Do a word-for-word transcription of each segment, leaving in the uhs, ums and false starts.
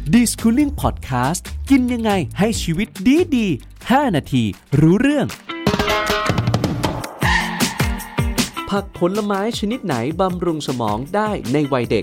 Deschooling Podcast กินยังไงให้ชีวิตดีดีห้านาทีรู้เรื่องผักผลไม้ชนิดไหนบำรุงสมองได้ในวัยเด็ก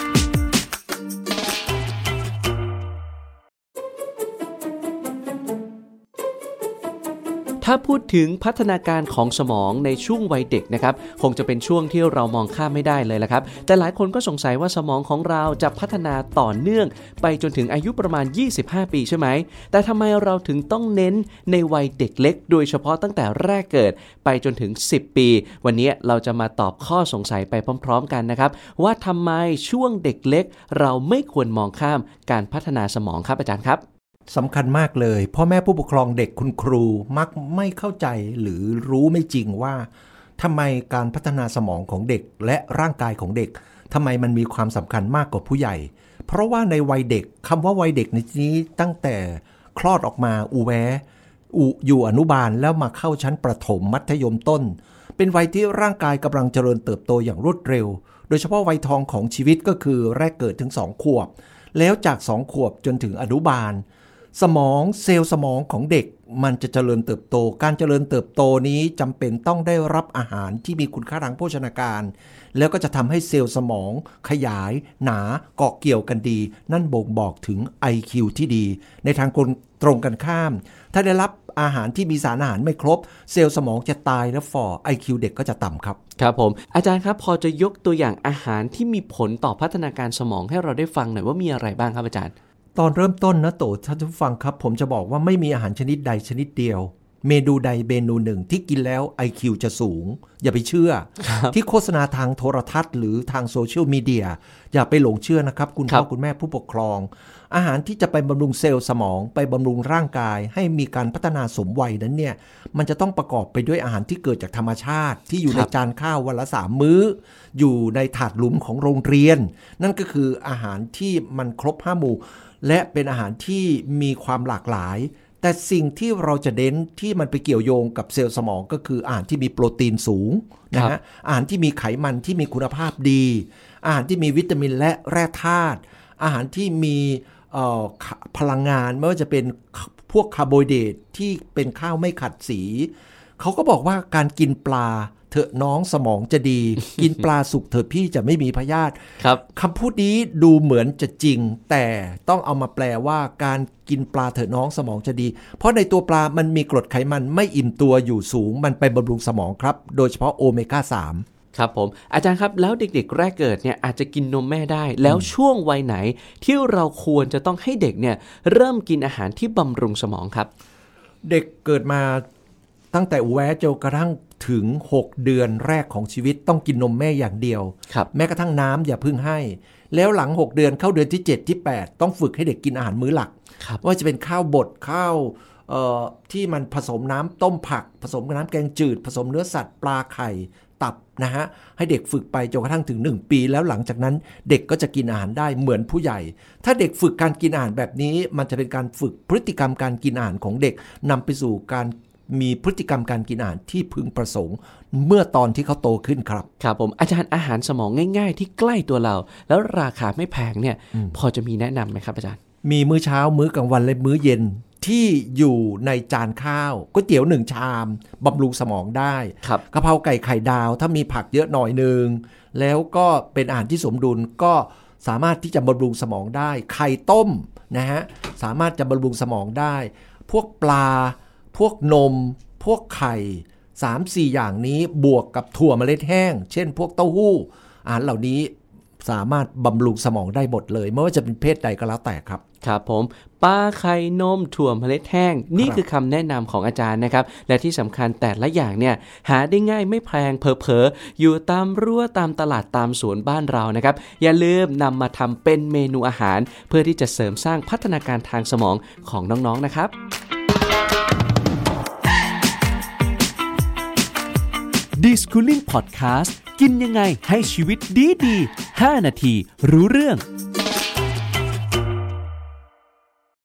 ถ้าพูดถึงพัฒนาการของสมองในช่วงวัยเด็กนะครับคงจะเป็นช่วงที่เรามองข้ามไม่ได้เลยละครับแต่หลายคนก็สงสัยว่าสมองของเราจะพัฒนาต่อเนื่องไปจนถึงอายุประมาณยี่สิบห้าปีใช่ไหมแต่ทำไมเราถึงต้องเน้นในวัยเด็กเล็กโดยเฉพาะตั้งแต่แรกเกิดไปจนถึงสิบปีวันนี้เราจะมาตอบข้อสงสัยไปพร้อมๆกันนะครับว่าทำไมช่วงเด็กเล็กเราไม่ควรมองข้ามการพัฒนาสมองครับอาจารย์ครับสำคัญมากเลยพ่อแม่ผู้ปกครองเด็กคุณครูมักไม่เข้าใจหรือรู้ไม่จริงว่าทำไมการพัฒนาสมองของเด็กและร่างกายของเด็กทำไมมันมีความสำคัญมากกว่าผู้ใหญ่เพราะว่าในวัยเด็กคำว่าวัยเด็กในที่นี้ตั้งแต่คลอดออกมาอูแวอุอยู่อนุบาลแล้วมาเข้าชั้นประถมมัธยมต้นเป็นวัยที่ร่างกายกำลังเจริญเติบโตอย่างรวดเร็วโดยเฉพาะวัยทองของชีวิตก็คือแรกเกิดถึงสองขวบแล้วจากสองขวบจนถึงอนุบาลสมองเซลล์สมองของเด็กมันจะเจริญเติบโตการเจริญเติบโตนี้จำเป็นต้องได้รับอาหารที่มีคุณค่าทางโภชนาการแล้วก็จะทำให้เซลล์สมองขยายหนาเกาะเกี่ยวกันดีนั่นบ่งบอกถึง ไอ คิว ที่ดีในทางตรงกันข้ามถ้าได้รับอาหารที่มีสารอาหารไม่ครบเซลล์สมองจะตายและฝ่อ ไอ คิว เด็กก็จะต่ำครับครับผมอาจารย์ครับพอจะยกตัวอย่างอาหารที่มีผลต่อพัฒนาการสมองให้เราได้ฟังหน่อยว่ามีอะไรบ้างครับอาจารย์ตอนเริ่มต้นนะโตท่านผู้ฟังครับผมจะบอกว่าไม่มีอาหารชนิดใดชนิดเดียวเมนูใดเมนูหนึ่งที่กินแล้ว ไอ คิว จะสูงอย่าไปเชื่อที่โฆษณาทางโทรทัศน์หรือทางโซเชียลมีเดียอย่าไปหลงเชื่อนะครับคุณพ่อคุณแม่ผู้ปกครองอาหารที่จะไปบำรุงเซลล์สมองไปบำรุงร่างกายให้มีการพัฒนาสมวัยนั้นเนี่ยมันจะต้องประกอบไปด้วยอาหารที่เกิดจากธรรมชาติที่อยู่ในจานข้าววันละสามมื้ออยู่ในถาดหลุมของโรงเรียนนั่นก็คืออาหารที่มันครบห้าหมู่และเป็นอาหารที่มีความหลากหลายแต่สิ่งที่เราจะเน้นที่มันไปเกี่ยวโยงกับเซลล์สมองก็คืออาหารที่มีโปรตีนสูงนะฮะอาหารที่มีไขมันที่มีคุณภาพดีอาหารที่มีวิตามินและแร่ธาตุอาหารที่มีพลังงานไม่ว่าจะเป็นพวกคาร์โบไฮเดรตที่เป็นข้าวไม่ขัดสีเขาก็บอกว่าการกินปลาเถอะน้องสมองจะดี กินปลาสุกเถอะพี่จะไม่มีพยาธิครับคำพูดนี้ดูเหมือนจะจริงแต่ต้องเอามาแปลว่าการกินปลาเถอะน้องสมองจะดีเพราะในตัวปลามันมีกรดไขมันไม่อิ่มตัวอยู่สูงมันไปบำรุงสมองครับโดยเฉพาะโอเมก้าสามครับผมอาจารย์ครับแล้วเด็กๆแรกเกิดเนี่ยอาจจะกินนมแม่ได้แล้วช่วงวัยไหนที่เราควรจะต้องให้เด็กเนี่ยเริ่มกินอาหารที่บำรุงสมองครับเด็กเกิดมาตั้งแต่แวะจนกระทั่งถึงหกเดือนแรกของชีวิตต้องกินนมแม่อย่างเดียวแม้กระทั่งน้ำอย่าเพิ่งให้แล้วหลังหกเดือนเข้าเดือนที่เจ็ดที่แปดต้องฝึกให้เด็กกินอาหารมื้อหลักว่าจะเป็นข้าวบดข้าวที่มันผสมน้ำต้มผักผสมกับน้ำแกงจืดผสมเนื้อสัตว์ปลาไข่ตับนะฮะให้เด็กฝึกไปจนกระทั่งถึงหนึ่งปีแล้วหลังจากนั้นเด็กก็จะกินอาหารได้เหมือนผู้ใหญ่ถ้าเด็กฝึกการกินอาหารแบบนี้มันจะเป็นการฝึกพฤติกรรมการกินอาหารของเด็กนำไปสู่การมีพฤติกรรมการกินอาหารที่พึงประสงค์เมื่อตอนที่เขาโตขึ้นครับครับผมอาจารย์อาหารสมองง่ายๆที่ใกล้ตัวเราแล้วราคาไม่แพงเนี่ยพอจะมีแนะนำไหมครับอาจารย์มีมื้อเช้ามื้อกลางวันและมื้อเย็นที่อยู่ในจานข้าวก๋วยเตี๋ยวหนึ่งชามบำรุงสมองได้กะเพราไก่ไข่ดาวถ้ามีผักเยอะหน่อยนึงแล้วก็เป็นอาหารที่สมดุลก็สามารถที่จะบำรุงสมองได้ไข่ต้มนะฮะสามารถจะบำรุงสมองได้พวกปลาพวกนมพวกไข่ สามสี่ อย่างนี้บวกกับถั่วเมล็ดแห้งเช่นพวกเต้าหู้อาหารเหล่านี้สามารถบำรุงสมองได้หมดเลยไม่ว่าจะเป็นเพศใดก็แล้วแต่ครับครับผมปลาไข่นมถั่วเมล็ดแห้งนี่คือคำแนะนำของอาจารย์นะครับและที่สำคัญแต่ละอย่างเนี่ยหาได้ง่ายไม่แพงเผลอๆอยู่ตามรั้วตามตลาดตามสวนบ้านเรานะครับอย่าลืมนำมาทำเป็นเมนูอาหารเพื่อที่จะเสริมสร้างพัฒนาการทางสมองของน้องๆนะครับDeschooling Podcast กินยังไงให้ชีวิตดีๆห้านาทีรู้เรื่อง